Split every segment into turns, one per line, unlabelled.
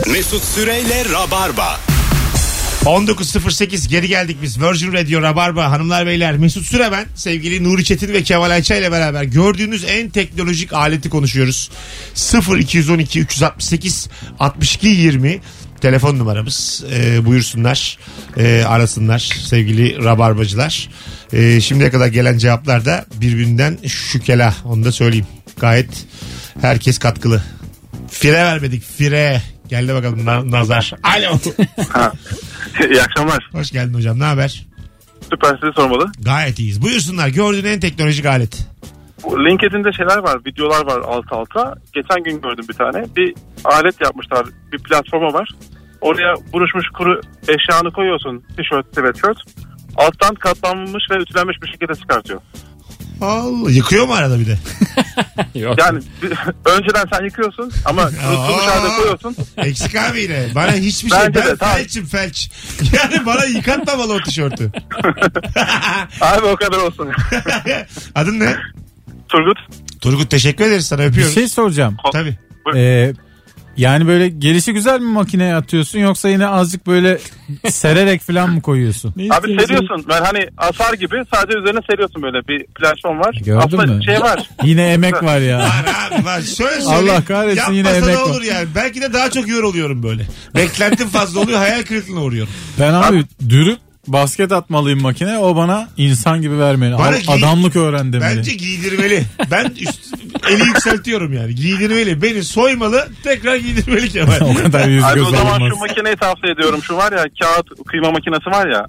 Mesut Süreyle Rabarba.
19.08 geri geldik biz. Virgin Radio Rabarba hanımlar beyler. Mesut Süre ben. Sevgili Nuri Çetin ve Kemal Ayça ile beraber gördüğünüz en teknolojik aleti konuşuyoruz. 0212 368 62 20 telefon numaramız. Buyursunlar, arasınlar sevgili Rabarbacılar. Şimdiye kadar gelen cevaplar da birbirinden şükela, onu da söyleyeyim. Gayet herkes katkılı. Fire vermedik, fire. Geldi bakalım Nazar. Alo.
İyi akşamlar.
Hoş geldin hocam, ne haber?
Süper, sizi sormalı.
Gayet iyiyiz. Buyursunlar, gördüğün en teknolojik alet.
LinkedIn'de şeyler var, videolar var alt alta. Geçen gün gördüm bir tane. Bir alet yapmışlar, bir platforma var. Oraya buruşmuş kuru eşyanı koyuyorsun. Tişört, sweatshirt. Alttan katlanmış ve ütülenmiş bir şekilde çıkartıyor.
Allah, yıkıyor mu arada bir de?
Yani önceden sen yıkıyorsun ama kurutulmuş halde koyuyorsun.
Eksik abi yine. Bana hiçbir şey.
Bence
Ben
de, tamam.
felçim felç. Yani bana yıkatmamalı o tişörtü.
Abi o kadar olsun.
Adın ne?
Turgut.
Turgut, teşekkür ederiz, sana
Bir
öpüyoruz.
şey soracağım.
Tabii.
Yani böyle gelişi güzel mi makineye atıyorsun, yoksa yine azıcık böyle sererek falan mı koyuyorsun?
Abi seriyorsun. Ben hani asar gibi sadece üzerine seriyorsun, böyle bir platform var.
Gördün
aslında
mü?
şey var.
Yine emek var ya.
Var abi var. Şöyle
Allah kahretsin, yine
yapmasa
emek
da
var.
olur yani. Belki de daha çok yoruluyorum böyle. Beklentim fazla oluyor, hayal kırıklığına uğruyorum.
Ben abi dürüp basket atmalıyım makine, o bana insan gibi vermeli.
Bana
Adamlık öğren demeli.
Bence giydirmeli. Ben eli yükseltiyorum yani. Giydirmeli. Beni soymalı, tekrar giydirmeli Kemal.
O kadar yüz
Abi
göz
o zaman
olmaz.
şu makineyi tavsiye ediyorum. Şu var ya, kağıt kıyma makinesi var ya.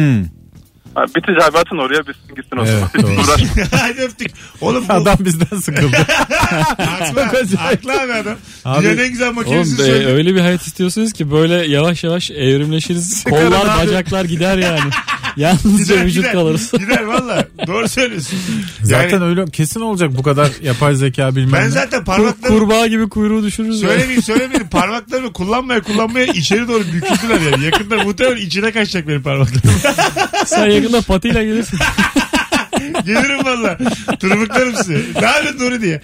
Abi bitince abi atın oraya, bitsin gitsin o zaman.
Evet, doğru.
Uğraşma.
Hadi öptük. Oğlum bu
Adam bizden sıkıldı.
haklı abi adam.
Abi,
Dünyanın en güzel
Oğlum
makinesini söyledi.
öyle bir hayat istiyorsunuz ki böyle yavaş yavaş evrimleşiriz.
Çıkarın
Kollar
abi.
bacaklar gider yani. Yalnızca vücut kalırız.
Gider valla. Doğru söylüyorsun.
Zaten
Yani
öyle kesin olacak, bu kadar yapay zeka bilmem
ben
ne.
zaten parmaklarımı
Kurbağa gibi kuyruğu düşürürüz.
söylemeyeyim. Parmaklarımı kullanmaya içeri doğru büküldüler yani. Yakında muhtemelen içine kaçacak benim parmaklarım.
Sen yakında patiyle gelirsin.
Gelirim valla. Tırmıklarım sizi. Ne yapıyorsun Nuri diye.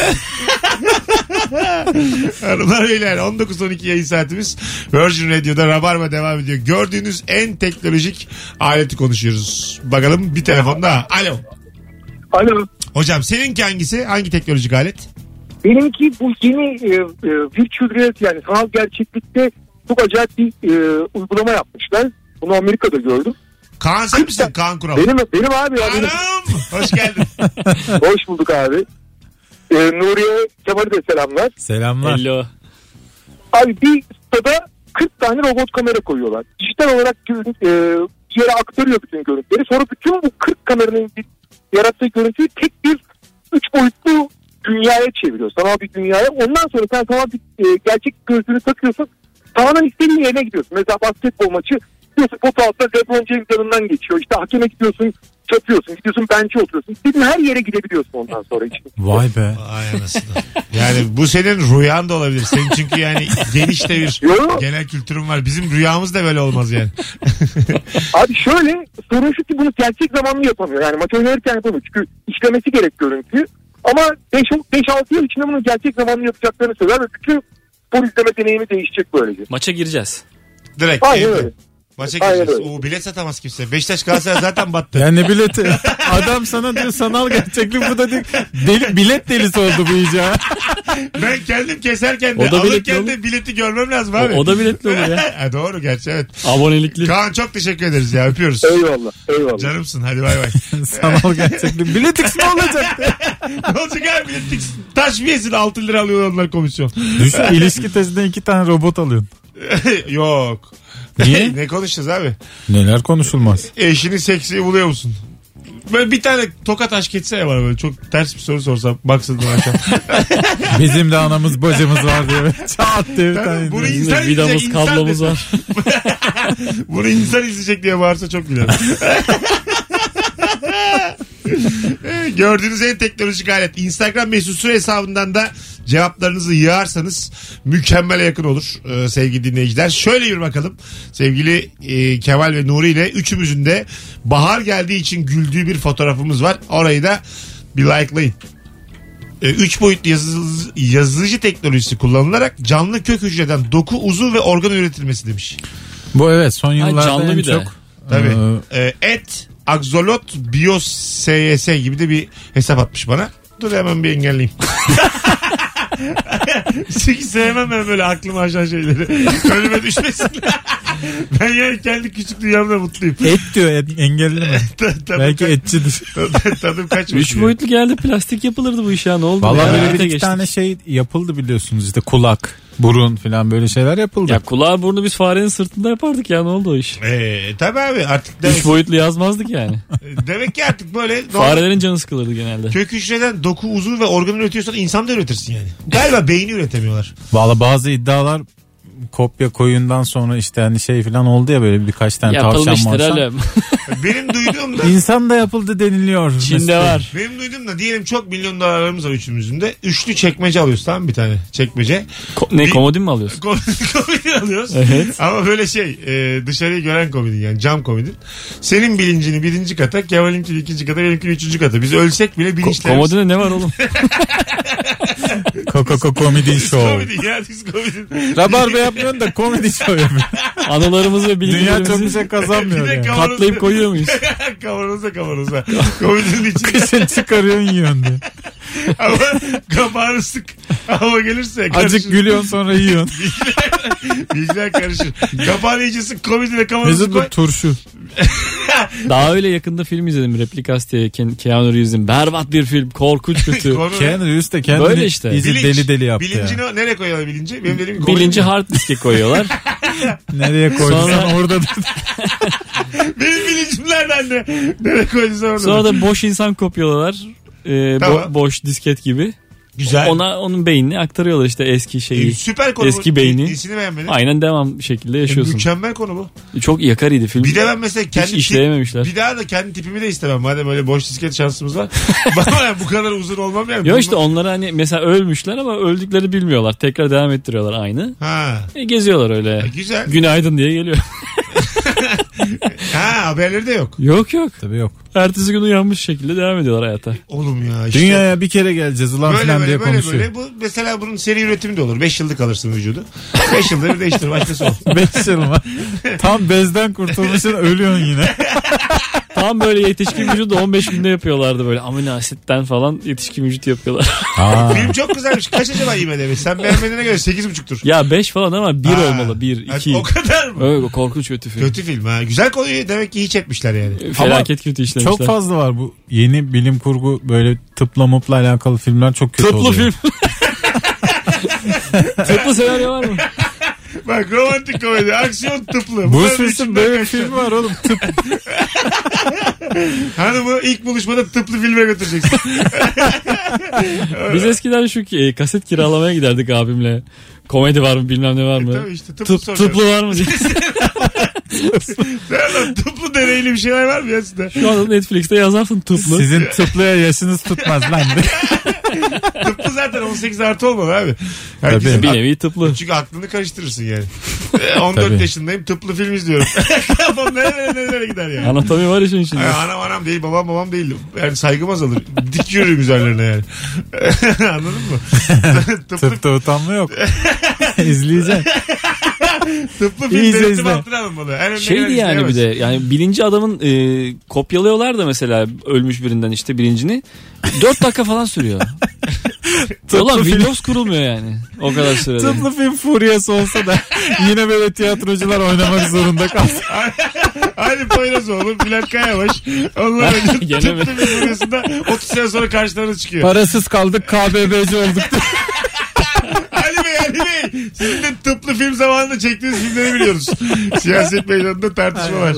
Hanımlar beyler, 19-12 yayın saatimiz. Virgin Radio'da Rabarba devam ediyor. Gördüğünüz en teknolojik aleti konuşuyoruz. Bakalım bir telefon daha. Alo.
Alo.
Hocam seninki hangisi? Hangi teknolojik alet?
Benimki bu yeni virtual reality, yani sanal gerçeklikte çok acayip bir uygulama yapmışlar. Bunu Amerika'da gördüm.
Kaan sen misin? Kaan Kural.
Benim abi ya. Benim.
Anam. Hoş geldin.
Hoş bulduk abi. Nuriye, Kemal'e de selamlar.
Selamlar.
Hello.
Abi bir stada 40 tane robot kamera koyuyorlar. Dijital olarak bir yere aktarıyor bütün görüntüleri. Sonra bütün bu 40 kameranın yarattığı görüntüyü tek bir 3 boyutlu dünyaya çeviriyor. Sanal bir dünyaya. Ondan sonra sen sanal bir gerçek gözlüğünü takıyorsun. Tamamen istediğin yerine gidiyorsun. Mesela basketbol maçı gidiyorsun, pot altında LeBron James yanından geçiyor. İşte hakeme gidiyorsun, çatıyorsun, gidiyorsun, bench'e oturuyorsun. İstediğin her yere gidebiliyorsun ondan sonra için.
Vay be.
Ay anasını. Yani bu senin rüyan da olabilir. Senin çünkü yani geniş de bir
Yo.
genel kültürün var. Bizim rüyamız da böyle olmaz yani.
Abi şöyle, sorun şu ki bunu gerçek zamanlı yapamıyor. Yani maç oynarken yapamıyor. Çünkü işlemesi gerek görüntüyü. Ama 5-6 yıl içinde bunu gerçek zamanlı yapacaklarını söyler ve bütün spor izleme deneyimi değişecek böylece.
Maça gireceğiz.
Direkt.
Aynen
evde.
öyle.
Maça
Aynen
gireceğiz.
öyle.
O bilet satamaz kimse. Beşiktaş Galatasaray zaten battı.
Ya ne bileti? Adam sana diyor sanal gerçeklik, bu da diyor. Bilet delisi oldu bu iyice.
Ben kendim keserken de
O da biletli
alırken de
olur.
bileti görmem lazım abi.
O da biletli olur ya.
Ha, doğru gerçi evet.
Abonelikli.
Kaan çok teşekkür ederiz ya, öpüyoruz.
Eyvallah.
Canımsın, hadi bay bay.
Sanal gerçeklik. Biletix ne olacak?
Ne olacak abi, bilet taş mı yesin, 6 lira alıyor onlar komisyon.
Düşün, ilişki testinde 2 tane robot alıyorsun.
Yok.
Niye?
Ne konuşacağız abi?
Neler konuşulmaz.
Eşini seksi buluyor musun? Böyle bir tane tokat aşk etse ya bana, böyle çok ters bir soru sorsam baksın akşam.
Bizim de anamız bacımız var diye. Çat diye bir tane.
Bunu
Bizim
insan
vidamız,
izleyecek, insan
kablomuz
desin.
var.
Bunu insan izleyecek diye bağırsa çok gülerim. Gördüğünüz en teknolojik alet. Instagram mesut süre hesabından da cevaplarınızı yığarsanız mükemmele yakın olur sevgili dinleyiciler. Şöyle bir bakalım. Sevgili Kemal ve Nuri ile üçümüzün de bahar geldiği için güldüğü bir fotoğrafımız var. Orayı da bir likelayın. 3 boyutlu yazıcı teknolojisi kullanılarak canlı kök hücreden doku, uzuv ve organ üretilmesi demiş.
Bu evet son yıllarda
canlı
en
bir de.
çok.
Tabii. Et, Axolot, BioSS gibi de bir hesap atmış bana. Dur hemen bir engelleyeyim. Çünkü sevmem ben böyle aklıma aşan şeyleri. Önüme düşmesin. Ben yani kendi küçük dünyamda mutluyum.
Et diyor engelleme. Belki etçidir.
Tadım kaçmış.
3 boyutlu geldi, plastik yapılırdı bu iş ya, ne oldu?
Vallahi
Ya,
böyle
hayata
bir iki
geçtik.
tane şey yapıldı biliyorsunuz işte kulak, burun falan böyle şeyler yapıldı.
Ya kulağı burnu biz farenin sırtında yapardık ya, ne oldu o iş?
Tabii abi artık
3 boyutlu yazmazdık yani.
demek ki artık böyle
Farelerin canı sıkılırdı genelde.
kök hücreden doku, uzuv ve organ üretiyorsan insan da üretirsin yani. Galiba beyni üretemiyorlar.
Vallahi bazı iddialar kopya koyundan sonra işte hani şey falan oldu ya böyle birkaç tane tavşan
Yapılmıştır
mavşan.
öyle.
Benim duyduğum da
İnsan da yapıldı deniliyor.
Çin'de
mesela.
var.
benim duyduğum da diyelim çok milyon dolarlarımız var üçümüzün de. Üçlü çekmece alıyoruz, tamam mı, bir tane çekmece.
Ne komodin mi alıyorsun?
Komodin alıyoruz.
Evet.
Ama böyle dışarıyı gören komodin yani cam komodin. Senin bilincini 1. kata, Kemal'inkini 2. kata, benimkini 3. kata. Biz ölsek bile bilinçlerimiz.
Komodine ne var oğlum?
Coco Comedy Show.
Komodin ya, biz komodin.
Rabarba yapmıyorsun da comedy show yapıyorsun.
Anılarımız ve
Dünya çok bir
bilgilerimizi
şey kazanmıyor
Bir de
yani.
kavanoz-
katlayıp koyuyor muyuz?
Kavanoza. Komodinin içinde.
Kışın çıkarıyorsun yiyorsun diye.
Ama kapağını sık. Hava gelirse karışır.
Azıcık gülüyorsun sonra yiyorsun.
Bilgiler karışır. Kapağını iyice sık, komodine kavanozu
Mesut
koy.
bu turşu.
Daha öyle yakında film izledim. Replikas diye Keanu Reeves'in. Berbat bir film. Korkunç kötü.
Konu ne?
Keanu Reeves de kendini
Böyle işte.
iyice
Bilinç.
deli deli yaptı
Bilincini
ya.
nereye koyuyorlar bilinci? Benim dediğim gibi
Bilinci hard diske koyuyorlar.
Nereye koyduysan
Sonra-
orada dur.
Benim bilincim nereden de? Nereye koyduysan orada.
Sonra da boş insan kopyalıyorlar.
Tamam.
Boş disket gibi.
Güzel.
Onun beynini aktarıyorlar işte eski şeyi.
Süper konu.
Eski
bu.
beyni.
Dizisini beğenmedim.
Aynen devam şekilde yaşıyorsun.
Mükemmel konu bu.
Çok yakarıydı film.
Bir de ben mesela
Hiç
kendi
işleyememişler.
bir daha da kendi tipimi de istemem. Madem öyle boş disket şansımız var. Bana bu kadar uzun olmam yani.
Yo işte onları hani mesela ölmüşler ama öldükleri bilmiyorlar. Tekrar devam ettiriyorlar aynı.
Ha.
Geziyorlar öyle.
Güzel.
Günaydın diye geliyor.
Ha, haberleri de yok.
Yok.
Tabii yok.
Ertesi gün uyanmış şekilde devam ediyorlar hayata.
Oğlum ya işte.
Dünyaya bir kere geleceğiz ulan
Böyle
falan diye
böyle
konuşuyor.
böyle. Bu mesela bunun seri üretimi de olur. 5 yıllık alırsın vücudu. 5 yılda bir değiştir, başkası ol.
5 yıl mı? Tam bezden kurtulmuşsun ölüyorsun yine.
Tam böyle yetişkin vücudu 15 günde yapıyorlardı böyle. Amino asitten falan yetişkin vücut yapıyorlar.
Film çok güzelmiş. Kaç acaba IMDb? Sen beğenmediğine göre 8,5'tur.
Ya 5 falan ama 1
Ha.
olmalı. 1,
Ha,
2.
o kadar mı?
Öyle korkunç kötü film.
Kötü film ha. Güzel konuyu demek ki hiç etmişler yani.
Felaket kötü işlemişler.
Çok fazla var bu yeni bilim kurgu böyle tıpla mupla alakalı filmler çok kötü
Tıplı
oluyor.
film. Tıplı senaryo var mı?
Bak, romantik komedi, aksiyon, tıplı.
Bruce
Bunların
Willis'in
içinden
böyle bir
kaçacak.
filmi var oğlum. Tıp.
Hanımı ilk buluşmada tıplı filme götüreceksin.
Biz eskiden şu kaset kiralamaya giderdik abimle. Komedi var mı bilmem ne var mı?
Tabii işte tıplı soruyor.
Tıplı var mı diye.
Nereden tıplı deneyli bir şeyler var mı ya sizde?
Şu anda Netflix'te yazarsın tıplı.
Sizin tıplıya yaşınız tutmaz lan.
Tıplı zaten 18 artı olmalı abi.
Tabii.
Herkesin
Bir nevi tıplı.
çünkü aklını karıştırırsın yani. 14
Tabii.
yaşındayım, tıplı film izliyorum. Kafam nerelere gider yani.
Anatomi var işin içinde.
Anam değil, babam değil. Yani saygım azalır. Dik yürürüm üzerlerine yani. Anladın mı?
Tıpta utanma yok. İzleyeceksin.
Tıplı film
İyice
denetim
izle.
altına alınmalı. En önüne
Şeydi
gelen
yani bir
izleyemez.
de yani bilinci adamın kopyalıyorlar da mesela ölmüş birinden işte bilincini 4 dakika falan sürüyor. Ulan
film.
Windows kurulmuyor yani o kadar sürede.
Tıplı film furyası olsa da yine böyle tiyatrocular oynamak zorunda kalsın.
Ali Poyrazoğlu, Bülent Kayavaş. Onlar
Gene mi?
tıplı film arasında 30 sene sonra karşılarına çıkıyor.
Parasız kaldık KBB'ci olduk.
Ali Bey. Sizin de tıplı film zamanında çektiğiniz filmleri biliyoruz. Siyaset meydanında tartışma var.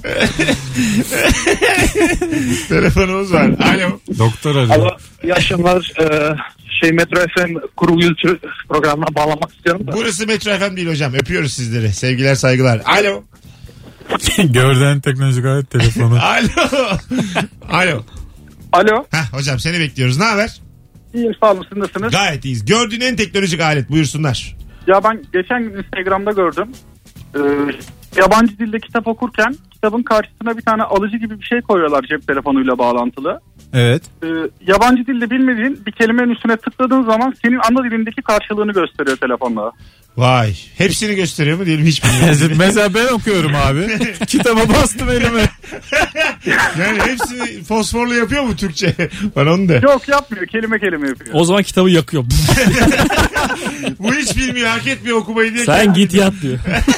Telefonumuz var. Alo.
Doktor arıyor.
Alo, iyi akşamlar. Metro FM kurgu yürütü programına bağlamak istiyorum da.
Burası Metro FM değil hocam. Öpüyoruz sizleri. Sevgiler, saygılar. Alo.
Gördüğün teknolojik alet telefonu.
Alo.
Alo.
Hocam seni bekliyoruz. Ne haber?
İyiyim, sağ olun, siz nasılsınız?
Gayet iyiyiz. Gördüğün en teknolojik alet, buyursunlar.
Ya ben geçen gün Instagram'da gördüm.
yabancı dilde kitap okurken kitabın karşısına bir tane alıcı gibi bir şey koyuyorlar cep telefonuyla bağlantılı.
Evet.
Yabancı dilde bilmediğin bir kelimenin üstüne tıkladığın zaman senin ana dilindeki karşılığını gösteriyor telefonla.
Vay. Hepsini gösteriyor mu diyelim, hiç bilmiyorum.
Mesela ben okuyorum abi. Kitaba bastım elime.
Yani hepsini fosforlu yapıyor mu Türkçe? Bana onu de.
Yok, yapmıyor. Kelime kelime yapıyor.
O zaman kitabı yakıyor.
Bu hiç bilmiyor, hak etmiyor okumayı diye.
Sen git yat diyor.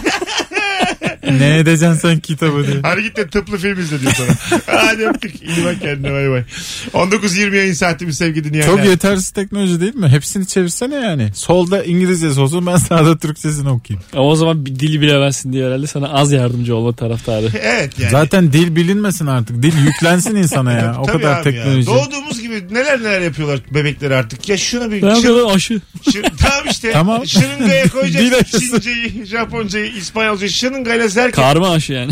Ne edeceksin sen kitabı diye.
Hadi git de tıplı film izle diyor sana. Hadi öptük. İyi bak kendine, bay bay. 19.20 yayın saatimiz sevgili dinleyenler.
Çok yetersiz teknoloji değil mi? Hepsini çevirsene yani. Solda İngilizcesi olsun, ben sağda Türkçesini okuyayım.
Ama o zaman bir dili bilemezsin diye herhalde sana az yardımcı olma taraftarı.
Evet yani.
Zaten dil bilinmesin artık. Dil yüklensin insana ya. O
Tabii
kadar
abi
teknoloji.
Ya. Doğduğumuz gibi neler yapıyorlar bebekler artık. Ya şuna bir...
Ne yapıyorlar? Aşı.
Tamam işte.
Tamam.
Şırıngaya
Dil
koyacaksın.
aşısı.
Çinceyi, Japoncayı, İspanyolcayı şırıngayla zerk.
Karma aşı yani.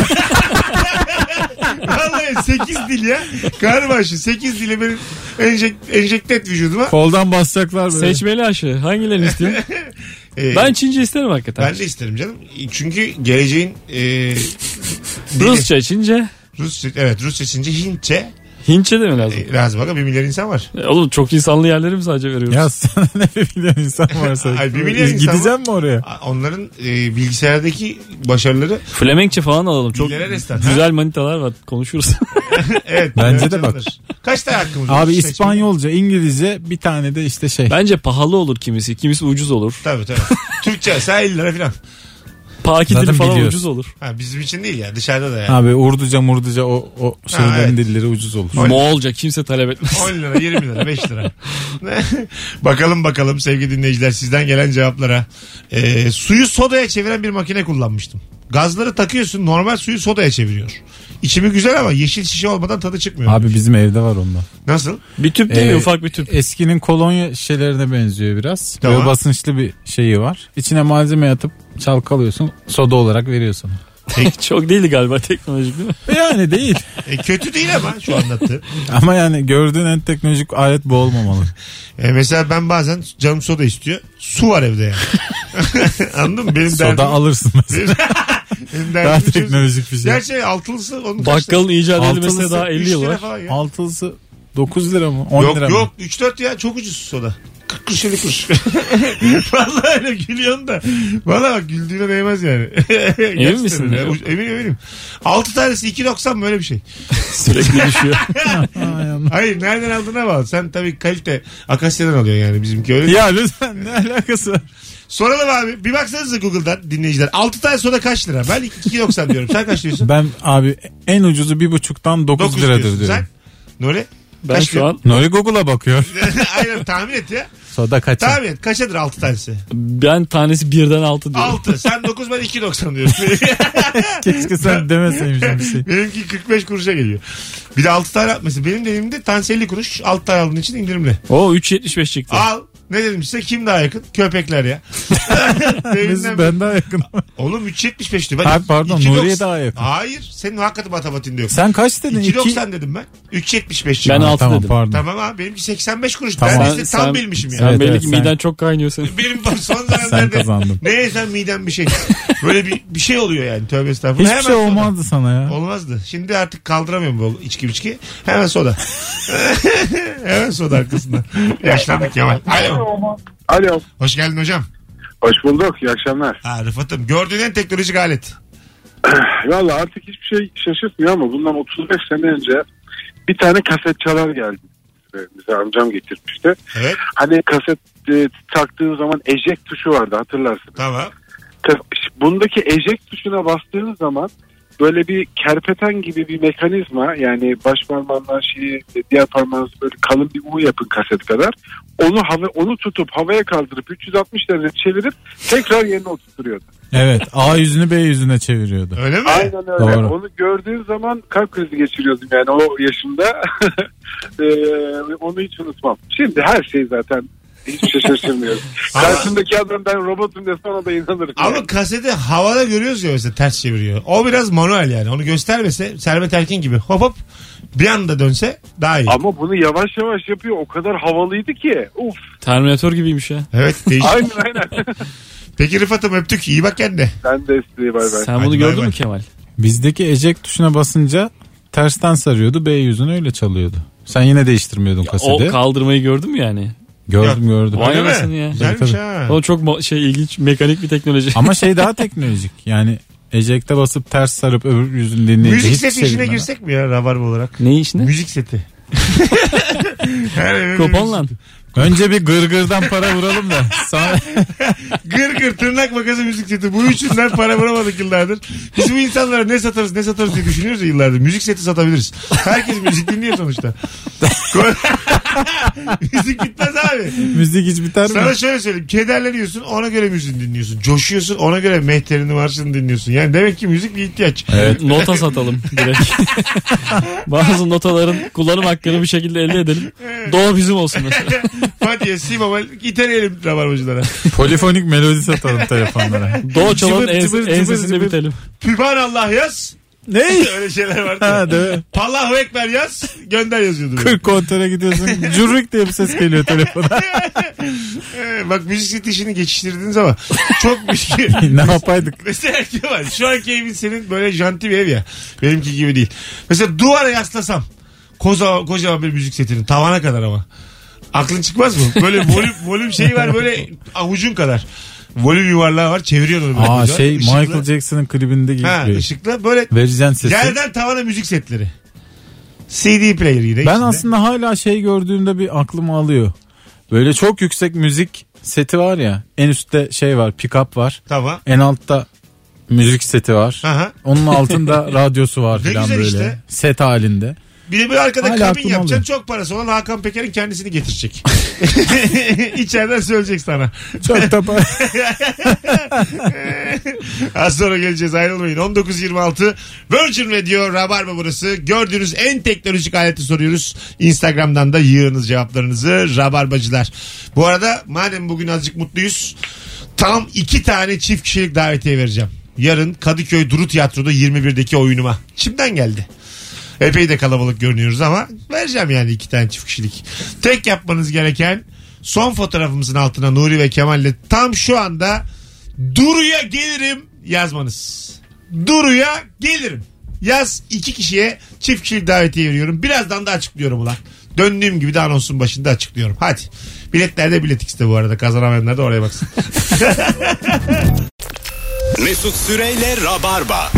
Vallahi 8 dil ya. Karmaşı 8 dili benim enjekte et vücuduma.
Koldan basacaklar böyle.
Seçmeli aşı. Hangilerini istiyorsun? Ben Çince isterim hakikaten.
Ben de isterim canım. Çünkü geleceğin
Rusça, Çince.
Rusça, evet Rusça, Çince, Hintçe.
Hintçe de mi lazım?
Lazım bak, 1 milyar insan var.
Oğlum çok insanlı yerleri mi sadece veriyoruz?
Ya sana ne bir milyon insan varsa.
Ay, 1 milyar insan
gideceğim mi oraya?
Onların bilgisayardaki başarıları
Flemenkçe falan alalım. Çok
dillere destan.
güzel manitalar var. Konuşuruz.
Evet.
Bence
evet,
de bak.
Kaç tane hakkımız var?
Abi
Seçmeli.
İspanyolca, İngilizce, bir tane de işte şey.
Bence pahalı olur kimisi. Kimisi ucuz olur.
Tabii. Türkçe mesela 50 lira falan.
Paki dili
Zaten
falan
biliyoruz.
ucuz olur.
Ha, bizim için değil ya, dışarıda da yani.
Abi Urduca murduca o şeylerin
evet.
dilleri ucuz olur.
Moğolca kimse talep etmez.
10 lira, 20 lira, 5 lira. bakalım sevgili dinleyiciler, sizden gelen cevaplara. Suyu sodaya çeviren bir makine kullanmıştım. Gazları takıyorsun, normal suyu sodaya çeviriyor. İçimi güzel ama yeşil şişe olmadan tadı çıkmıyor.
Abi bizim evde var ondan.
Nasıl?
Bir tüp değil mi? Ufak bir tüp.
Eskinin kolonya şişelerine benziyor biraz.
Tamam.
Böyle basınçlı bir şeyi var. İçine malzeme atıp çalkalıyorsun. Soda olarak veriyor sana.
Çok değildi galiba teknolojik değil mi?
Yani değil.
Kötü değil ama şu anlattı.
Ama yani gördüğün en teknolojik alet bu olmamalı.
Mesela ben bazen canım soda istiyor. Su var evde yani. Anladın mı? Benim
Soda
derdim.
alırsın mesela.
Benim
Daha
derdim
teknolojik bir şey.
Gerçi altılısı onun
Bakkalın icat edilmesine
Altılısı
daha 50 yıl var.
Altılısı 9 lira mı? 10 lira mı?
Yok 3-4 ya, çok ucuz soda. 40 kuruş 50 kuruş. Vallahi öyle gülüyorsun da. Vallahi bak, güldüğüne değmez yani.
Emin misin?
Eminim. 6 tanesi 2.90 mı, öyle bir şey.
Sürekli düşüyor.
Hayır, nereden aldığına bağlı. Sen tabii kalite Akasya'dan alıyorsun yani, bizimki öyle.
Ya lütfen, ne alakası var?
Soralım abi. Bir baksanıza Google'dan dinleyiciler. 6 tane soda kaç lira? Ben 2.90 diyorum. Sen kaç diyorsun?
Ben abi en ucuzu 1.5'tan 9 liradır
diyorsun.
diyorum.
Sen? Nuri?
Ben
Kaç
şu an
Nuri Google'a bakıyor.
Aynen, tahmin et ya.
Soda kaça?
Tahmin et. Kaçadır 6 tanesi?
ben tanesi 1'den 6 diyorum.
6. Sen 9, ben 2.90 diyorum.
Keşke sen demeseymişsin bir şey.
Benimki 45 kuruşa geliyor. Bir de 6 tane mesela benim dediğimde tanesi 50 kuruş. 6 tane aldığın için indirimli.
O 3.75 çıktı.
Al. Ne dedim size, kim daha yakın? Köpekler ya.
Biz ben daha yakın.
Oğlum 3.75 diyor. Ben
Abi pardon,
2.90
Nuriye daha yakın.
Hayır. Senin hakikaten matematiğinde yok.
Sen kaç dedin?
2.90 dedim ben. 3.75
Ben
çıktı.
6
Tamam
dedim.
pardon.
Tamam abi, benimki 85 kuruş.
Tamam.
Ben de size tam bilmişim yani.
Sen
Evet,
belli
evet,
ki
sen-
miden çok kaynıyor senin.
Benim son
Sen
dönemlerde
kazandın.
neye sen miden bir şey. Böyle bir şey oluyor yani, tövbe estağfurullah.
Hiçbir şey
soda.
olmazdı sana ya.
Olmazdı. Şimdi artık kaldıramıyorum bu içki. Hemen soda. Hemen soda arkasından. Yaşlandık Kemal. Alo.
Alo.
Hoş geldin hocam.
Hoş bulduk. İyi akşamlar.
Ha, Rıfat'ım, gördüğün en teknolojik alet.
Valla artık hiçbir şey şaşırtmıyor ama bundan 35 sene önce bir tane kaset çalar geldi. Bize amcam getirmişti.
Evet.
Hani kaset taktığın zaman eject tuşu vardı, hatırlarsın.
Tamam.
Bundaki eject tuşuna bastığınız zaman böyle bir kerpeten gibi bir mekanizma, yani baş parmağından diğer parmağınızı böyle kalın bir U yapın kaset kadar. Onu tutup havaya kaldırıp 360 derece çevirip tekrar yerine oturtuyordu.
Evet, A yüzünü B yüzüne çeviriyordu.
Öyle mi?
Aynen öyle.
Doğru.
Onu gördüğün zaman kalp krizi geçiriyordum yani o yaşımda. Onu hiç unutmam. Şimdi her şey zaten hiçbir şey şaşırmıyoruz. Karşımdaki adam ben robotum dese ona da inanırım.
Ama
yani.
kaseti havada görüyoruz ya, mesela ters çeviriyor. O biraz manuel yani. Onu göstermese Servet Erkin gibi hop bir anda dönse daha iyi.
Ama bunu yavaş yavaş yapıyor. O kadar havalıydı ki. Uf.
Terminator gibiymiş ya.
Evet, değişik.
Aynen.
Peki Rıfat'ım öptük. İyi bak kendine.
Ben de size bay bay.
Sen
Hadi
bunu
bay
gördün
bay.
mü Kemal?
Bizdeki eject tuşuna basınca tersten sarıyordu. B yüzünü öyle çalıyordu. Sen yine değiştirmiyordun
O
kaseti.
kaldırmayı gördün mü yani?
Gördüm.
Vay
Öyle mi?
anasını ya.
Güzelmiş
Tabii,
ha.
O çok ilginç mekanik bir teknoloji.
Ama şey daha teknolojik. Yani eject'e basıp ters sarıp öbür yüzünü dinleyince
Müzik
hiçbir
seti
şey
işine
bilmeden.
girsek mi ya Rabarba olarak?
Ne işine?
Müzik seti. Her eve
Kopan
müzik
lan.
seti.
Önce bir gırgırdan para vuralım da sonra
Gır tırnak makası müzik seti. Bu üçünden para vuramadık yıllardır. Biz bu insanlara ne satarız diye düşünüyoruz ya yıllardır. Müzik seti satabiliriz. Herkes müzik dinliyor sonuçta. Müzik bitmez abi.
müzik hiç biter mi?
Sana şöyle söyleyeyim. Kederleniyorsun ona göre müziğini dinliyorsun. Coşuyorsun ona göre Mehter'ini marşını dinliyorsun. Yani demek ki müzik bir ihtiyaç.
Evet.
Nota satalım direkt. Bazı notaların kullanım hakkını bir şekilde elde edelim. Doğru bizim olsun mesela.
Fatih'e Sibam'a iteleyelim rabarbacılara.
Polifonik melodi satalım telefonlara.
Doğu çalalım
Cıvır, cıvır, cıvır,
ensesinde
cıvır.
bitelim.
Sübhanallah yaz.
Ne?
Öyle şeyler vardı.
Ha, değil mi?
Allahu Ekber yaz. Gönder yazıyordu.
40 kontere gidiyorsun. Cürrik diye bir ses geliyor telefona.
Bak müzik seti işini geçiştirdiniz ama çok müzik.
Ne yapaydık?
Mesela Kemal şu anki evin senin böyle janti bir ev ya. Benimki gibi değil. Mesela duvara yaslasam kocaman bir müzik setini tavana kadar ama. Aklın çıkmaz mı? Böyle volüm şeyi var böyle avucun kadar. Volüm yuvarlağı var çeviriyorsun onu.
Aa
böyle.
şey
Işıklı.
Michael Jackson'ın klibinde gibi.
Ha, ışıklı böyle
Vereceksin sesi.
yerden tavana müzik setleri. CD player yine
Ben
içinde.
aslında hala şey gördüğümde bir aklımı alıyor. Böyle çok yüksek müzik seti var ya. En üstte şey var, pick-up var.
Tamam.
En altta müzik seti var.
Aha.
Onun altında radyosu var
Ne
falan
güzel
böyle.
işte.
Set halinde.
Bir de bir arkada
Hala
kabin
aklım
yapacaksın.
alıyor.
Çok parası olan Hakan Peker'in kendisini getirecek. İçeriden söyleyecek sana.
Çok da
Az sonra geleceğiz ayrılmayın. 19.26 Virgin Radio Rabarba burası. Gördüğünüz en teknolojik aleti soruyoruz. Instagram'dan da yığınız cevaplarınızı Rabarbacılar. Bu arada madem bugün azıcık mutluyuz. Tam 2 tane çift kişilik davetiye vereceğim. Yarın Kadıköy Duru Tiyatro'da 21'deki oyunuma. Şimdiden geldi. Epey de kalabalık görünüyoruz ama vereceğim yani 2 tane çift kişilik. Tek yapmanız gereken son fotoğrafımızın altına Nuri ve Kemal'le tam şu anda Duru'ya gelirim yazmanız. Duru'ya gelirim. Yaz 2 kişiye çift kişilik davetiye veriyorum. Birazdan da açıklıyorum ulan. Döndüğüm gibi de anonsun başında açıklıyorum. Hadi. Biletlerde Bilet X'te bu arada. Kazanamayanlar da oraya baksın.
Mesut Süreyle Rabarba.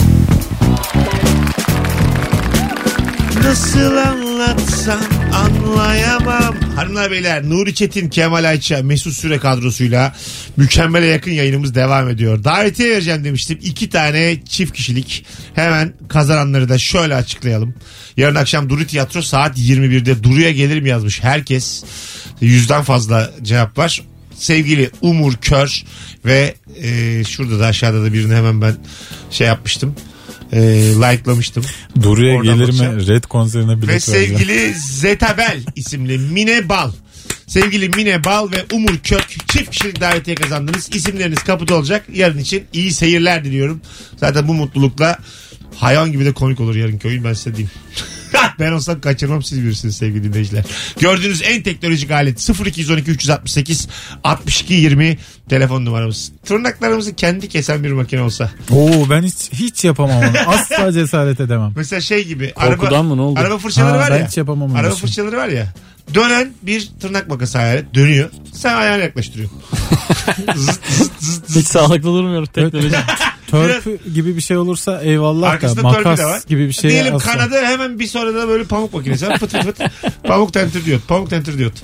Nasıl anlatsam anlayamam. Hanımlar beyler Nuri Çetin, Kemal Ayça, Mesut Süre kadrosuyla mükemmele yakın yayınımız devam ediyor. Davetiye vereceğim demiştim. 2 tane çift kişilik. Hemen kazananları da şöyle açıklayalım. Yarın akşam Duru Tiyatro saat 21'de Duru'ya gelirim yazmış herkes. 100'den fazla cevap var. Sevgili Umur Kör ve şurada da aşağıda da birini hemen ben şey yapmıştım. Like'lamıştım.
Duru'ya
Oradan
gelir
bakacağım.
mi? Red konserine bilet
Ve
vereceğim.
sevgili Zetabel isimli Mine Bal. Sevgili Mine Bal ve Umur Kök çift kişilik davetiye kazandınız. İsimleriniz kapıda olacak. Yarın için iyi seyirler diliyorum. Zaten bu mutlulukla hayvan gibi de komik olur yarınki oyun ben size diyeyim. Ben olsam kaçırmam siz bilirsiniz sevgili dinleyiciler. Gördüğünüz en teknolojik alet 0212 368 62 20 telefon numaramız. Tırnaklarımızı kendi kesen bir makine olsa.
Oo ben hiç yapamam onu. Asla cesaret edemem.
Mesela şey gibi.
Korkudan mı, ne oldu?
Araba fırçaları
Ha,
var
ben
ya.
hiç yapamam öyle
Araba
şey.
fırçaları var ya. Dönen bir tırnak makası hayal et. Dönüyor. Sen ayağını yaklaştırıyorsun. Zıt zıt zıt
Hiç
zıt.
sağlıklı durmuyor teknoloji.
Törpü gibi bir şey olursa eyvallah da
Arkasında törpü de var.
makas gibi bir şey
Diyelim
asla.
kanadı hemen bir sonra da böyle pamuk makinesi var. Fıt fıt fıt. Pamuk tentür diyor. Pamuk tentür diyor.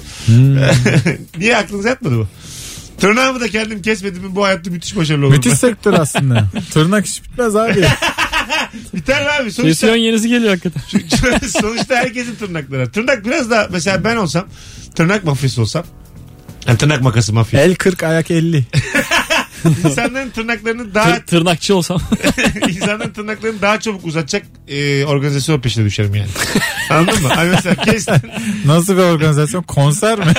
Niye aklınıza yatmadı bu? Tırnağımı da kendim kesmedim mi bu hayatta müthiş başarılı olurum.
Müthiş sektör aslında. Tırnak hiç bitmez abi.
Biter mi abi? Sonuçta,
Kesiyon yenisi geliyor hakikaten.
sonuçta herkesin tırnakları var. Tırnak biraz da mesela ben olsam tırnak mafyası olsam yani tırnak makası mafya.
El 40 ayak 50.
İnsanların tırnaklarını daha
Tırnakçı olsam.
insanların tırnaklarını daha çabuk uzatacak organizasyon peşine düşerim yani. Anladın mı? Hani mesela kestin.
Nasıl bir organizasyon? Konser mi?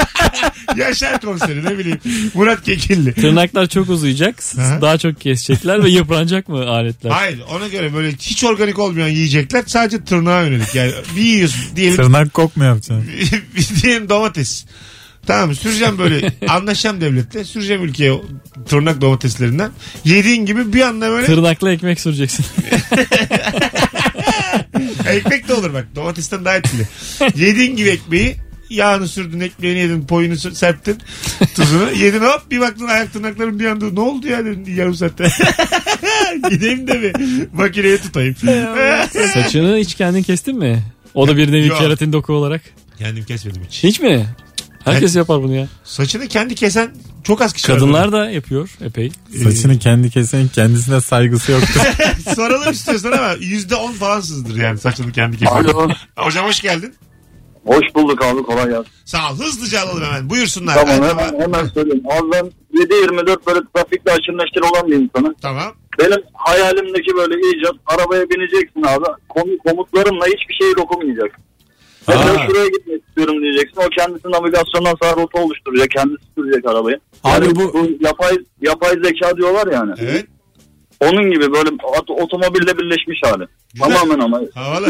Yaşar konseri ne bileyim. Murat Kekilli.
Tırnaklar çok uzayacak.
Aha.
Daha çok kesecekler ve yıpranacak mı aletler?
Hayır ona göre böyle hiç organik olmayan yiyecekler sadece tırnağa yönelik. Yani bir yiyorsun diyelim,
Tırnak kok mu yapacaksın?
diyelim domates. Tamam süreceğim böyle anlaşacağım devletle. Süreceğim ülkeye tırnak domateslerinden. Yediğin gibi bir anda böyle.
Tırnaklı ekmek süreceksin.
Ekmek de olur bak. Domatesten daha etkili. Yediğin gibi ekmeği yağını sürdün, ekmeğini yedin, poyunu serptin, tuzunu yedin, hop bir baktın ayak tırnakların bir anda ne oldu ya dedin yarım saatte. Gideyim de bir makineye tutayım.
Saçını hiç kendin kestin mi? O da bir nevi
Yok.
keratin doku olarak.
Kendim kesmedim hiç.
Hiç mi? Herkes yapar bunu ya.
Saçını kendi kesen çok az kişi var.
Kadınlar da yapıyor epey.
Saçını kendi kesen kendisine saygısı yoktur.
Soralım istiyorsan ama %10 falansızdır yani saçını kendi kesen.
Alo.
Hocam hoş geldin.
Hoş bulduk abi, kolay gelsin.
Sağ ol. Hızlıca alalım hemen. Buyursunlar.
Tamam,
Hadi
hemen söyleyeyim. Abi ben 7-24 böyle trafikte aşırı neşir olan bir insanım.
Tamam.
Benim hayalimdeki böyle icat, arabaya bineceksin abi. Komutlarımla hiçbir şey dokunmayacak. Mesela şuraya gitmek istiyorum diyeceksin. O kendisi navigasyondan sonra rota oluşturacak. Kendisi sürecek arabayı.
Abi
Yani
bu-
bu yapay zeka diyorlar yani.
Evet.
Onun gibi böyle otomobille birleşmiş hali.
Güzel.
Tamamen ama
Havalı.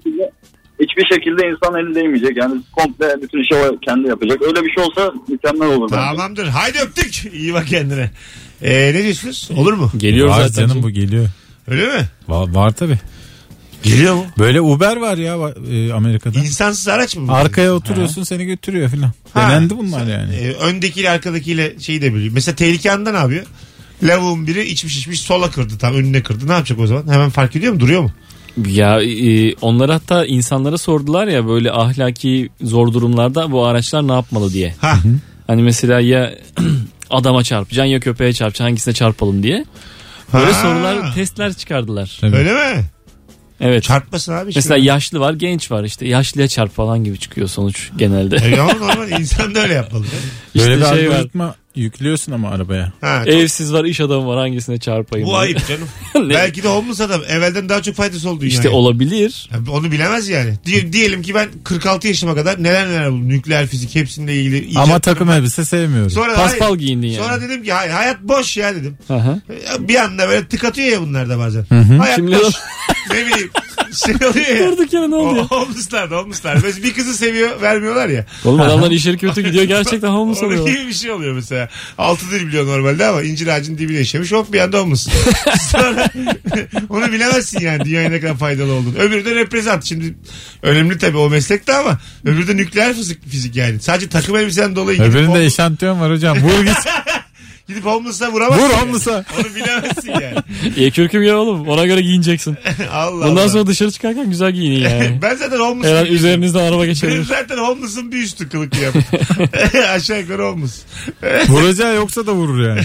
hiçbir şekilde insan eli değmeyecek. Yani komple bütün işi o kendi yapacak. Öyle bir şey olsa mükemmel olur bence.
Tamamdır. Haydi öptük. İyi bak kendine. Ne diyorsunuz? Olur mu?
Geliyor
Var
zaten.
canım, bu geliyor.
Öyle mi?
Var tabii.
Geliyor mu?
Böyle Uber var ya Amerika'da.
İnsansız araç mı bu?
Arkaya oturuyorsun, seni götürüyor filan.
Ha.
Denendi bunlar yani.
Öndekiyle arkadakiyle şeyi de biliyor. Mesela tehlike anında ne yapıyor? Lavuğun biri içmiş sola kırdı, tam önüne kırdı. Ne yapacak o zaman? Hemen fark ediyor mu? Duruyor mu?
Ya onlar hatta insanlara sordular ya böyle ahlaki zor durumlarda bu araçlar ne yapmalı diye.
Ha.
Hani mesela ya adama çarpacaksın ya köpeğe çarpacaksın, hangisine çarpalım diye. Böyle
Ha.
sorular, testler çıkardılar.
Tabii.
Öyle mi?
Evet.
Çarpmasın abi.
Mesela yaşlı var, genç var, işte yaşlıya çarp falan gibi çıkıyor sonuç genelde.
Ama normal insan da öyle yapmalı.
İşte
Böyle bir
şey var.
algoritma yüklüyorsun ama arabaya.
Ha,
Evsiz var, iş adamı var, hangisine çarpayım?
bu
diye.
ayıp canım.
Ne?
Belki de homeless adam. Evvelden daha çok faydası oldu dünyaya.
İşte olabilir.
Ya onu bilemez yani. Diyelim ki ben 46 yaşıma kadar neler buldum. Nükleer fizik hepsininle ilgili.
Ama
icatlarım
takım
var.
elbise sevmiyorum.
Sonra
Paspal
hayır.
giyindin yani.
Sonra dedim ki hayır, hayat boş ya dedim.
Hı hı.
Bir anda böyle tık atıyor ya bunlar da bazen. Hayat
Kimler
boş. Ne bileyim. Şey oluyor ya.
Durduk yere ne oldu ya?
Homeless'lar. Mesela bir kızı seviyor vermiyorlar ya.
Oğlum adamlar işleri kötü gidiyor, gerçekten homeless
Onun
oluyorlar.
gibi bir şey oluyor mesela. 6 dil biliyor normalde ama incir ağacının dibine işemiş. Hop bir anda homeless. Sonra onu bilemezsin yani dünyaya ne kadar faydalı olduğunu. Öbürü de reprezent. Şimdi önemli tabii o meslekte ama öbürü de nükleer fizik yani. Sadece takım elbiseden dolayı
Öbüründe eşantiyon var hocam. Vur git.
gidip homeless'a vuramazsın.
Vur
yani.
homeless'a.
Onu bilemezsin yani.
İyi kürküm ya oğlum, ona göre giyineceksin.
Allah
Bundan
Allah.
sonra dışarı çıkarken güzel giyinin yani.
Ben zaten
Her
homeless'ım.
an üzerinizden araba
Benim
geçebilir.
zaten homeless'ın bir üstü kılık yap. Aşağı yukarı homeless.
Vuracağı yoksa da vurur yani.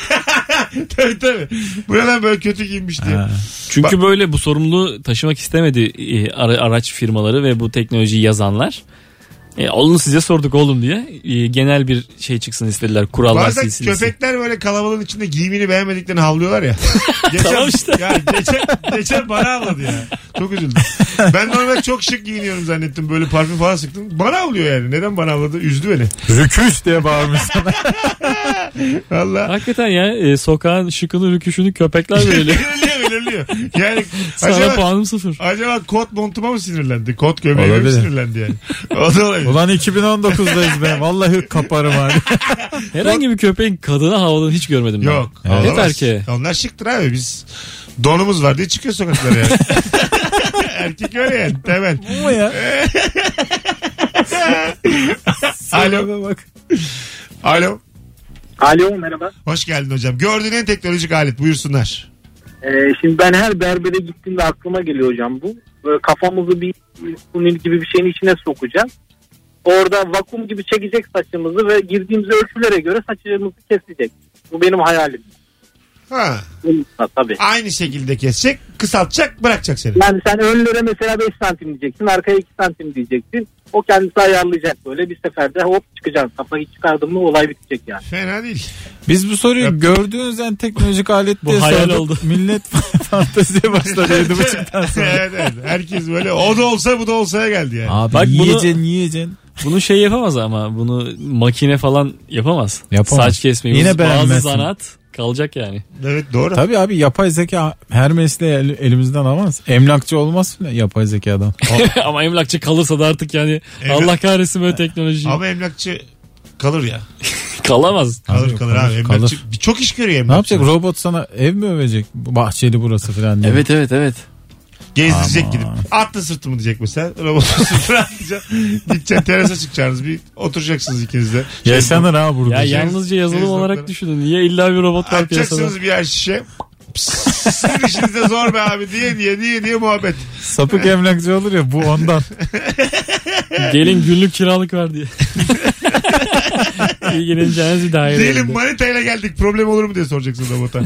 tabii. Buradan böyle kötü giyinmiş diye.
Ha.
Çünkü böyle bu sorumluluğu taşımak istemedi araç firmaları ve bu teknolojiyi yazanlar. Oğlum size sorduk oğlum diye genel bir şey çıksın istediler, kurallar
Bazen
silsilesi.
köpekler böyle kalabalığın içinde giyimini beğenmediklerini havlıyorlar ya.
Tamam işte.
Ya geçen bana havladı ya. Çok üzüldüm. Ben normalde çok şık giyiniyorum zannettim. Böyle parfüm falan sıktım. Bana havlıyor yani. Neden bana havladı? Üzdü beni.
Rüküş diye bağırmış sana.
Valla.
Hakikaten ya sokağın şıkını rüküşünü köpekler böyle.
belirliyor. Yani
Sana puanım 0.
acaba kot montuma mı sinirlendi? Kot göbeğime mi
Olabilir.
sinirlendi yani? O da olabilir.
Ulan 2019'dayız be. Vallahi kaparım abi.
Herhangi bir köpeğin kadına havaladığını hiç görmedim ben.
Yok.
Hep
olamaz.
erkeğe.
Onlar şıktır abi. Biz donumuz var diye çıkıyor sokaklara yani. Erkek öyle yani. Temel.
Bu mu ya?
Alo.
Bak.
Alo.
Alo, merhaba.
Hoş geldin hocam. Gördüğün en teknolojik alet. Buyursunlar.
Şimdi ben her berbere gittiğimde aklıma geliyor hocam bu. Böyle kafamızı bir tunel gibi bir şeyin içine sokacağız. Orada vakum gibi çekecek saçımızı ve girdiğimiz ölçülere göre saçımızı kesecek. Bu benim hayalim.
Ha.
Tabii.
Aynı şekilde kesecek, kısaltacak, bırakacak seni.
Yani sen önlere mesela 5 santim diyeceksin, arkaya 2 santim diyeceksin. O kendisi ayarlayacak böyle, bir seferde hop çıkacaksın. Kafayı çıkardın mı olay bitecek yani.
Fena değil.
Biz bu soruyu gördüğünüz en teknolojik alet
Bu
diye
hayal
sorduk.
oldu.
Millet fanteziye başladı 7.30'dan sonra.
evet. Herkes böyle o da olsa bu da olsaya geldi yani.
Abi
Bak bunu-
yiyeceksin.
Bunu şey yapamaz ama bunu makine falan yapamaz.
Yapamaz.
Saç kesmeyi.
Yine
Bazı
beğenmezsin.
zanaat kalacak yani.
Evet doğru.
Tabii abi, yapay zeka her mesleği elimizden alamaz. Emlakçı olmaz mı yapay zekadan?
Ama emlakçı kalırsa da artık yani
Emlak-
Allah kahretsin böyle teknoloji.
Ama emlakçı kalır ya.
Kalamaz.
Kalır abi.
Kalır.
Çok iş görüyor
Ne
emlakçı.
yapacak? Robot sana ev mi övecek? Bahçeli burası falan diye.
Evet.
Gezdirecek
Aman.
gidip. Atla sırtımı diyecek mesela. Robotun sırtına atlayacaksın. Gideceksin terasa çıkacaksınız. Bir oturacaksınız ikiniz de.
Yaşanır ha burada.
Ya yalnızca yazılım
Şey
olarak
zorları.
düşünün. Niye illa bir robot var piyasada?
Açacaksınız bir yer şişe. Sizin işiniz de zor be abi diye muhabbet.
Sapık emlakçı olur ya, bu ondan.
Gelin günlük kiralık var diye. İlgileneceğiniz bir daire.
Diyelim manitayla geldik, problem olur mu diye soracaksın robota.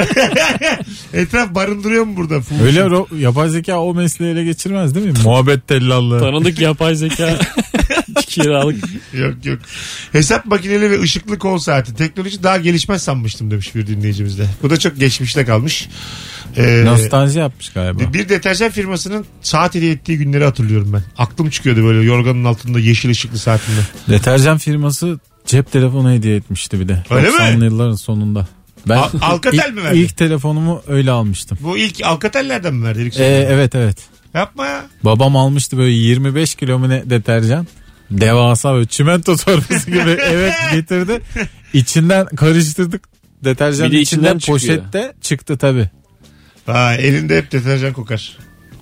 Etraf barındırıyor mu burada?
Öyle yapay zeka o mesleği ele geçirmez değil mi? Muhabbet tellallığı.
Tanıdık yapay zeka kiralık.
Yok. Hesap makineli ve ışıklı kol saati. Teknoloji daha gelişmez sanmıştım demiş bir dinleyicimiz de. Bu da çok geçmişte kalmış.
Nostalji yapmış galiba.
Bir deterjan firmasının saat hediye ettiği günleri hatırlıyorum ben. Aklım çıkıyordu böyle yorganın altında yeşil ışıklı saatinde.
Deterjan firması cep telefonu hediye etmişti bir de.
Öyle mi?
90'lı yılların sonunda. Ben
Alcatel mi verdi?
İlk telefonumu öyle almıştım.
Bu ilk Alcatel'lerden mi verdi?
Evet.
Yapma ya.
Babam almıştı böyle 25 kilo mu ne deterjan. Devasa böyle çimento torbası gibi evet getirdi. İçinden karıştırdık. Deterjanın
Bir de
içinden
içinden çıkıyor.
poşette çıktı tabii.
Elinde hep deterjan kokar.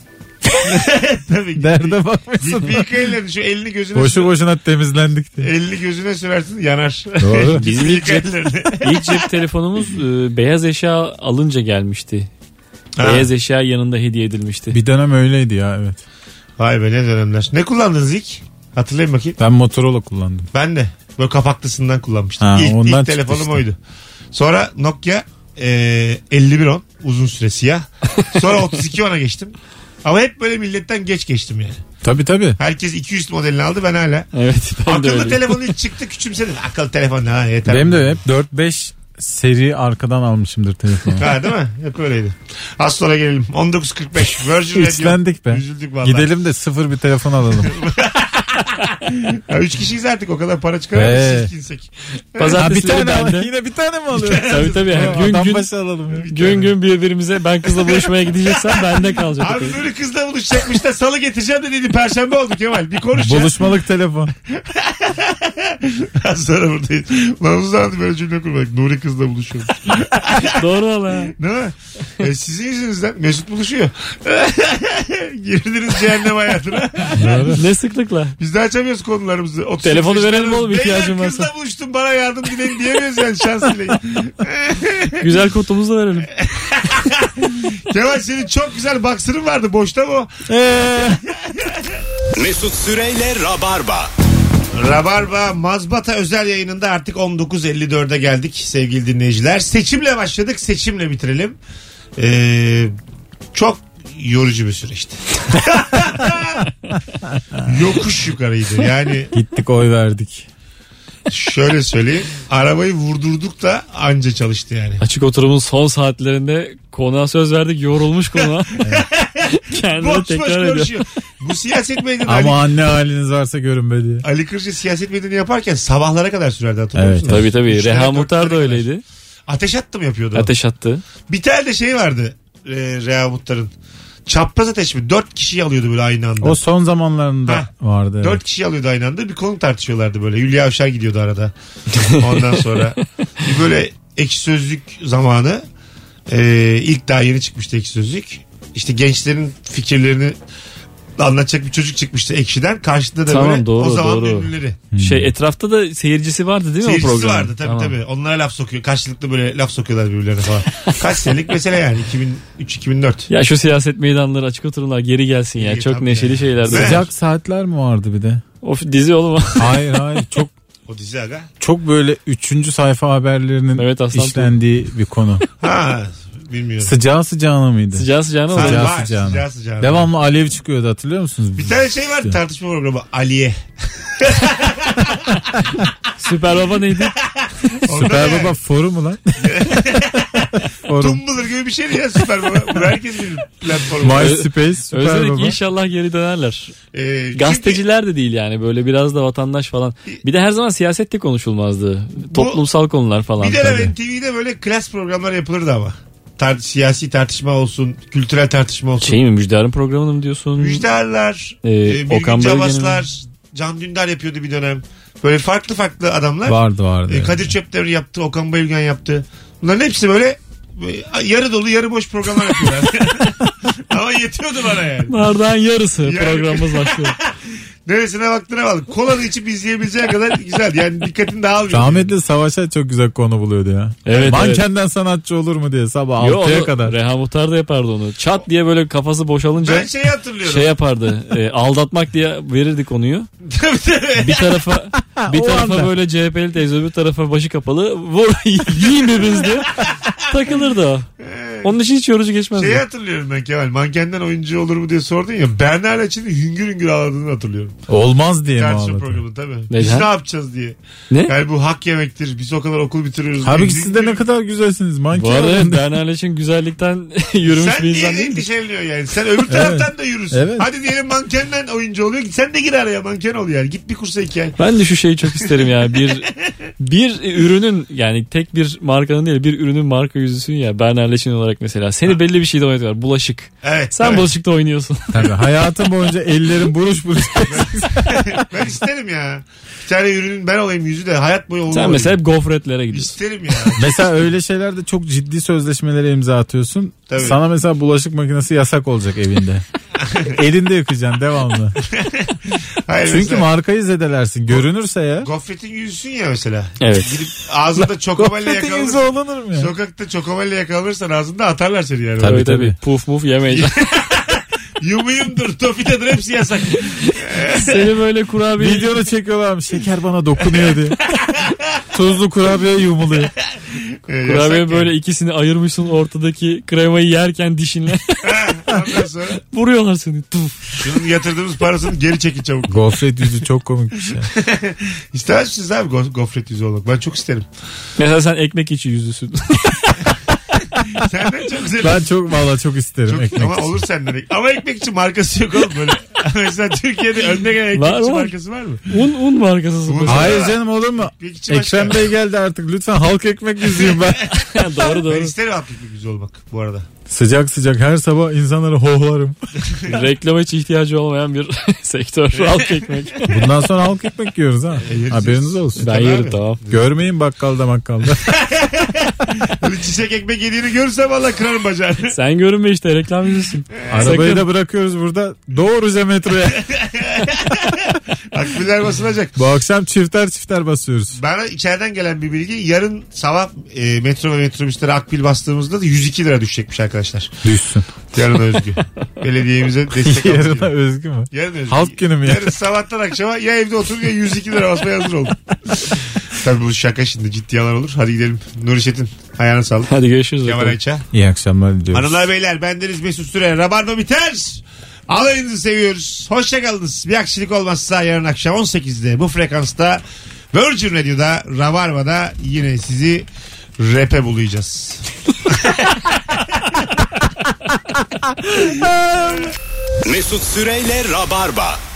Tabii.
Derde bakmışsın.
Git bir yıka ellerini, şu elini gözüne
Boşu boşuna temizlendik diye.
elini gözüne sürersin yanar.
Doğru.
Bizim ilk
Yıka
cep,
ellerini.
ilk cep telefonumuz beyaz eşya alınca gelmişti.
Ha.
Beyaz eşya yanında hediye edilmişti.
Bir dönem öyleydi ya, evet.
Vay be ne dönemler. Ne kullandınız ilk? Hatırlayın bakayım.
Ben Motorola kullandım.
Ben de. Böyle kapaklısından kullanmıştım.
Ha,
İlk
ondan
telefonum
çıktı işte.
oydu. Sonra Nokia 5110 uzun süre siyah. Sonra 3210'a geçtim. Ama hep böyle milletten geç geçtim yani.
Tabii.
Herkes 200 modelini aldı, ben hala.
Evet ben de
Akıllı
öyle.
telefon ilk çıktı, küçümsedim. Akıllı telefon ne yeter.
Benim de hep 4-5 seri arkadan almışımdır telefonu.
Ha, değil mi? Hep öyleydi. Az sonra gelelim. 19.45 Virgin Radio.
İçlendik be.
Üzüldük vallahi.
Gidelim de sıfır bir telefon alalım.
Ya 3 kişiyiz artık, o kadar para çıkaramayız silkinsek.
Ha, bir
Pazartesileri
tane
bende.
yine bir tane mi alıyor?
Tabii.
Adam
Gün
başı alalım ya.
gün birbirimize ben kızla buluşmaya gideceksem bende kalacak.
Abi böyle kızla buluşacakmış da salı getireceğim de dedi, perşembe oldu Kemal. Bir konuş ya.
Buluşmalık telefon.
Az sonra buradayız. Ulan uzun zamandır böyle cümle kurmadık. Nuri kızla buluşuyor.
Doğru valla.
Değil mi? Sizin yüzünüzden Mesut buluşuyor. Girdiniz cehennem hayatına.
Ne sıklıkla.
Biz de açamıyoruz konularımızı. 38
Telefonu verelim
yaşlarımız.
oğlum, ihtiyacın
Beyler,
varsa.
kızla buluştum, bana yardım dileyin diyemiyoruz yani, şans dileyin.
Güzel kodumuzu da verelim.
Kemal senin çok güzel baksırın vardı, boşta mı o?
Mesut Süreyle Rabarba.
Rabarba Mazbata özel yayınında artık 19.54'e geldik sevgili dinleyiciler. Seçimle başladık, seçimle bitirelim. Çok yorucu bir süreçti. Yokuş yukarıydı yani.
Gittik oy verdik.
Şöyle söyleyeyim, arabayı vurdurduk da anca çalıştı yani.
Açık oturumun son saatlerinde konuğa söz verdik, yorulmuş konuğa. Kendini
Boş boş
tekrar ediyor.
konuşuyor. Bu siyaset meydanı
Ama anne haliniz varsa görün be diye.
Ali Kırcı siyaset meydanı yaparken sabahlara kadar sürerdi, hatırlıyor
Evet.
musunuz?
Tabii.
Üçlere,
Reha Muhtar da
dörtlere
öyleydi.
Ateş attı mı yapıyordu?
Ateş attı.
Bir tane de şey vardı Reha Muhtar'ın. Çapraz ateş mi? 4 kişiyi alıyordu böyle aynı anda.
O son zamanlarında
Ha.
vardı. Evet.
4 kişi alıyordu aynı anda. Bir konu tartışıyorlardı böyle. Hülya Avşar gidiyordu arada. Ondan sonra bir böyle Ekşi Sözlük zamanı, ilk daha yeni çıkmıştı Ekşi Sözlük. İşte gençlerin fikirlerini anlatacak bir çocuk çıkmıştı Ekşi'den. Karşısında da
Tamam,
böyle
doğru,
o zaman
doğru.
ünlüleri.
Etrafta da seyircisi vardı değil mi o
Seyircisi
programın?
vardı tabii
Tamam.
tabii. Onlara laf sokuyor. Karşılıklı böyle laf sokuyorlar birbirlerine falan. Kaç senelik mesele yani. 2003-2004.
Ya şu siyaset meydanları, açık oturumlar geri gelsin ya.
İyi,
Çok
tabii
neşeli
ya.
şeylerdi.
Sıcak saatler mi vardı bir de?
Of, dizi oğlum.
Hayır çok
O dizi aga.
çok böyle 3. sayfa haberlerinin
Evet, Aslan
işlendiği bir konu.
Ha bilmiyorum.
Sıcağı sıcağına mıydı?
Sıcağı sıcağına
Ha,
oluyor.
Sıcağı
var,
sıcağına.
sıcağı sıcağına.
Devamlı alev çıkıyordu, hatırlıyor musunuz?
Bir tane şey vardı, tartışma programı. Aliye.
Süper Baba neydi?
Süper Baba forumu lan. Forum.
Tumblr gibi bir şeydi ya Süper Baba. Bu herkes bir platformu.
MySpace Süper
Özledik,
Baba.
inşallah geri dönerler.
Çünkü
Gazeteciler de değil yani, böyle biraz da vatandaş falan. Bir de her zaman siyaset de konuşulmazdı. Toplumsal konular falan.
bir dönem
Tabii.
NTV'de böyle klas programlar yapılırdı ama. Siyasi tartışma olsun, kültürel tartışma olsun.
Şey mi, Müjdar'ın programını mı diyorsun?
Müjdarlar,
Okan
Bilgin
Bölge'nin-
Cabaslar, Can Dündar yapıyordu bir dönem. Böyle farklı farklı adamlar.
Vardı.
Kadir Çöptemir yaptı, Okan Bayülgen yaptı. Bunların hepsi böyle yarı dolu yarı boş programlar yapıyorlar. Ama yetiyordu bana yani.
Bardağın yarısı
Yani-
programımız başlıyor.
Neresine baktığına bağlı. Kolanı içip izleyebileceği kadar güzel. Yani dikkatini dağılmıyor.
Rahmetli Savaş'a çok güzel konu buluyordu ya.
Evet,
Mankenden sanatçı olur mu diye sabah
Yo,
6'ya
onu
kadar.
Reha Muhtar da yapardı onu. Çat diye böyle kafası boşalınca
Ben şeyi hatırlıyorum.
şey yapardı. Aldatmak diye verirdik konuyu.
Tabii, tabii.
Bir tarafa
O anda.
böyle CHP'li teyze, öbür tarafa başı kapalı. Vur yiyin birbirinizi diye. Takılırdı o. Onun için hiç yorucu geçmezdi.
Şeyi hatırlıyorum ben Kemal. Mankenden oyuncu olur mu diye sordun ya. Bernard Açı'nın hüngür hüngür ağladığını hatırlıyorum.
Olmaz diye mi
Tartışma
ağladı?
programı tabii.
Neden?
Biz ne yapacağız diye.
Ne?
Yani bu hak yemektir. Biz o kadar okul bitiriyoruz.
Halbuki
diye.
siz de ne kadar güzelsiniz. Manken
Bu arada
olun diye.
Bernard Leç'in güzellikten yürümüş
Sen
bir
niye
insan değil mi?
endişeleniyorsun yani? Sen öbür taraftan da yürüsün.
Evet.
Hadi diyelim mankenden oyuncu oluyor. Sen de gir araya manken ol yani. Git bir kursa 2 ay.
Ben de şu şeyi çok isterim ya. Bir ürünün, yani tek bir markanın değil, bir ürünün marka yüzüsün ya. Bernard Leç'in olarak mesela. Seni belli bir şeyde oynatıyorlar. Bulaşık.
Evet.
Sen
evet.
bulaşıkta oynuyorsun.
Tabii hayatım boyunca ellerim buruş buruş.
Ben isterim ya. Bir tane ürünün ben olayım yüzü de hayat boyu olmalı.
Sen mesela hep gofretlere gidiyorsun.
İsterim ya.
Mesela öyle şeylerde çok ciddi sözleşmelere imza atıyorsun.
Tabii.
Sana mesela bulaşık makinesi yasak olacak evinde. Elinde yıkayacaksın devamlı.
Hayır,
Çünkü
mesela
markayı zedelersin. Görünürse ya.
gofretin yüzüsün ya mesela.
Evet.
Gidip ağzında çokoballe
Gofretin yüzü
yakalanırsan.
olunur mu ya?
Sokakta çokoballe yakalanırsan ağzında atarlar seni yani.
Tabii,
Tabii
tabii.
Puf muf yemeyeceksin.
Yumuyumdur, tofitadır hepsi yasak.
Seni böyle kurabiye...
Videonu çekiyorlarmış. Şeker bana dokunuyor diye. Tuzlu kurabiye yumuluyor.
Kurabiye
Yasak
böyle
yani.
ikisini ayırmışsın ortadaki kremayı yerken dişinle.
Ondan sonra
Vuruyorlar seni. Tuf.
şunun yatırdığımız parasını geri çekin çabuk.
Gofret yüzü çok komik bir şey.
İstemez misiniz abi gofret yüzü olmak? Ben çok isterim.
Mesela sen ekmek içi yüzüsün.
Senden çok güzel.
Ben çok valla çok isterim
Çok,
ekmek
ama
için.
olur senden. Ama ekmekçi markası yok oğlum böyle. Mesela Türkiye'de önde gelen
Var,
ekmekçi
var.
markası var mı?
Un markası
Un.
sıfır.
Hayır canım olur mu?
Ekmekçi başka.
Ekrem Bey geldi artık. Lütfen halk ekmek yüzüyüm ben.
Doğru
Ben
doğru.
isterim halk ekmek yüzü olmak bu arada.
Sıcak sıcak her sabah insanları hohlarım.
Reklama hiç ihtiyacı olmayan bir sektör. Halk ekmek.
Bundan sonra halk ekmek yiyoruz ha.
Yeriz.
Haberiniz olsun.
Ben
Tabii
yerim
abi.
tamam.
Görmeyin bakkalda makkalda.
Böyle çiçek ekmek yediğini görürsem valla kırarım bacağını.
Sen görünme işte, reklam yüzüsün.
Arabayı
Sakın.
da bırakıyoruz burada. Doğruca metroya.
Akbiler basılacak.
Bu akşam çifter basıyoruz.
Bana içeriden gelen bir bilgi, yarın sabah metro ve metrobüslere akbil bastığımızda da 102 lira düşecekmiş arkadaşlar.
Düşsün.
Yarın özgü. Belediyemize destek
Yarına
alacağız.
özgü mü?
Yarın özgü.
Halk günü mü ya?
Yarın sabahtan akşama ya evde otur ya 102 lira basmaya hazır oldum. Tabii bu şaka, şimdi ciddi yalan olur. Hadi gidelim. Nuri Çetin ayağına sağlık.
Hadi görüşürüz.
Kemal
bakalım.
Ayça.
İyi akşamlar diliyoruz.
Hanımlar beyler, bendeniz Mesut Süre. Rabarba biter. Alayınızı seviyoruz. Hoşçakalınız. Bir aksilik olmazsa yarın akşam 18'de bu frekansta Virgin Radio'da Rabarba'da yine sizi rap'e bulayacağız.
Mesut Süreyle Rabarba.